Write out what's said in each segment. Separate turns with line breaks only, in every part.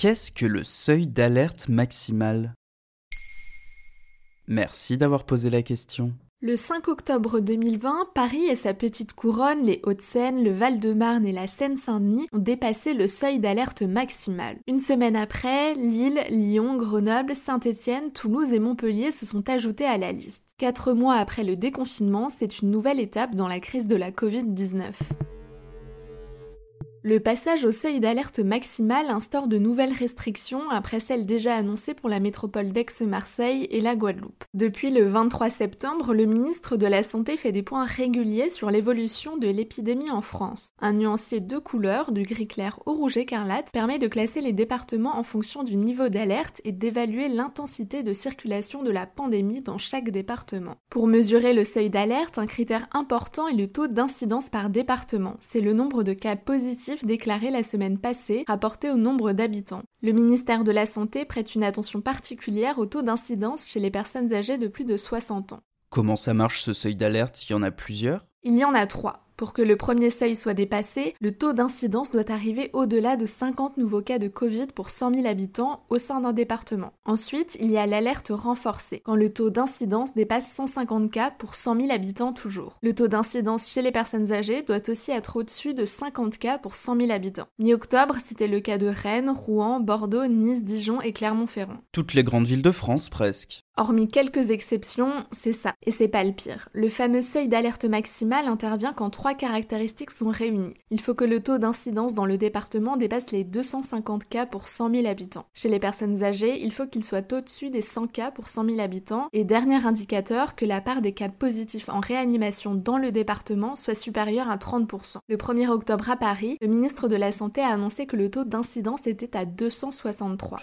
Qu'est-ce que le seuil d'alerte maximal ? Merci d'avoir posé la question.
Le 5 octobre 2020, Paris et sa petite couronne, les Hauts-de-Seine, le Val-de-Marne et la Seine-Saint-Denis ont dépassé le seuil d'alerte maximal. Une semaine après, Lille, Lyon, Grenoble, Saint-Étienne, Toulouse et Montpellier se sont ajoutés à la liste. 4 mois après le déconfinement, c'est une nouvelle étape dans la crise de la Covid-19. Le passage au seuil d'alerte maximal instaure de nouvelles restrictions après celles déjà annoncées pour la métropole d'Aix-Marseille et la Guadeloupe. Depuis le 23 septembre, le ministre de la Santé fait des points réguliers sur l'évolution de l'épidémie en France. Un nuancier de couleurs, du gris clair au rouge écarlate, permet de classer les départements en fonction du niveau d'alerte et d'évaluer l'intensité de circulation de la pandémie dans chaque département. Pour mesurer le seuil d'alerte, un critère important est le taux d'incidence par département. C'est le nombre de cas positifs déclaré la semaine passée, rapporté au nombre d'habitants. Le ministère de la Santé prête une attention particulière au taux d'incidence chez les personnes âgées de plus de 60 ans.
Comment ça marche ce seuil d'alerte ? Il y en a plusieurs ?
Il y en a 3. Pour que le premier seuil soit dépassé, le taux d'incidence doit arriver au-delà de 50 nouveaux cas de Covid pour 100 000 habitants au sein d'un département. Ensuite, il y a l'alerte renforcée, quand le taux d'incidence dépasse 150 cas pour 100 000 habitants toujours. Le taux d'incidence chez les personnes âgées doit aussi être au-dessus de 50 cas pour 100 000 habitants. Mi-octobre, c'était le cas de Rennes, Rouen, Bordeaux, Nice, Dijon et Clermont-Ferrand.
Toutes les grandes villes de France, presque.
Hormis quelques exceptions, c'est ça. Et c'est pas le pire. Le fameux seuil d'alerte maximale intervient quand 3 caractéristiques sont réunies. Il faut que le taux d'incidence dans le département dépasse les 250 cas pour 100 000 habitants. Chez les personnes âgées, il faut qu'il soit au-dessus des 100 cas pour 100 000 habitants. Et dernier indicateur, que la part des cas positifs en réanimation dans le département soit supérieure à 30%. Le 1er octobre à Paris, le ministre de la Santé a annoncé que le taux d'incidence était à 263.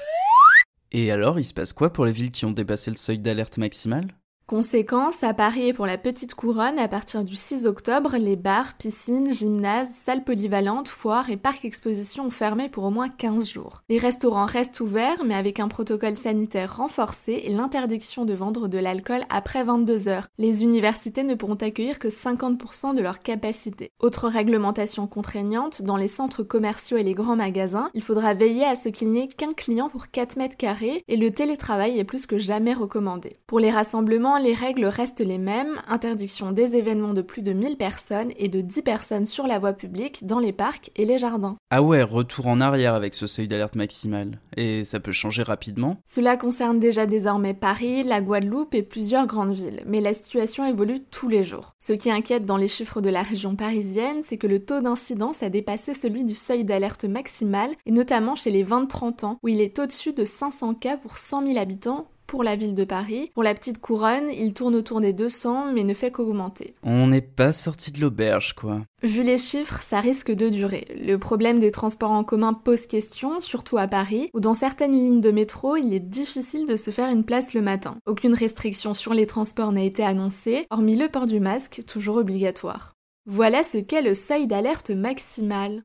Et alors, il se passe quoi pour les villes qui ont dépassé le seuil d'alerte maximal ?
Conséquence, à Paris et pour la petite couronne, à partir du 6 octobre, les bars, piscines, gymnases, salles polyvalentes, foires et parcs expositions ont fermé pour au moins 15 jours. Les restaurants restent ouverts, mais avec un protocole sanitaire renforcé et l'interdiction de vendre de l'alcool après 22 heures. Les universités ne pourront accueillir que 50% de leur capacité. Autre réglementation contraignante, dans les centres commerciaux et les grands magasins, il faudra veiller à ce qu'il n'y ait qu'un client pour 4 mètres carrés et le télétravail est plus que jamais recommandé. Pour les rassemblements, les règles restent les mêmes, interdiction des événements de plus de 1000 personnes et de 10 personnes sur la voie publique, dans les parcs et les jardins.
Ah ouais, retour en arrière avec ce seuil d'alerte maximal. Et ça peut changer rapidement ?
Cela concerne déjà désormais Paris, la Guadeloupe et plusieurs grandes villes, mais la situation évolue tous les jours. Ce qui inquiète dans les chiffres de la région parisienne, c'est que le taux d'incidence a dépassé celui du seuil d'alerte maximal, et notamment chez les 20-30 ans, où il est au-dessus de 500 cas pour 100 000 habitants, pour la ville de Paris. Pour la petite couronne, il tourne autour des 200, mais ne fait qu'augmenter.
On n'est pas sorti de l'auberge, quoi.
Vu les chiffres, ça risque de durer. Le problème des transports en commun pose question, surtout à Paris, où dans certaines lignes de métro, il est difficile de se faire une place le matin. Aucune restriction sur les transports n'a été annoncée, hormis le port du masque, toujours obligatoire. Voilà ce qu'est le seuil d'alerte maximal.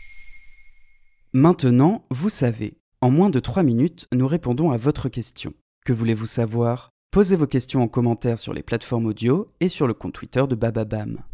Maintenant, vous savez. En moins de 3 minutes, nous répondons à votre question. Que voulez-vous savoir ? Posez vos questions en commentaire sur les plateformes audio et sur le compte Twitter de Bababam.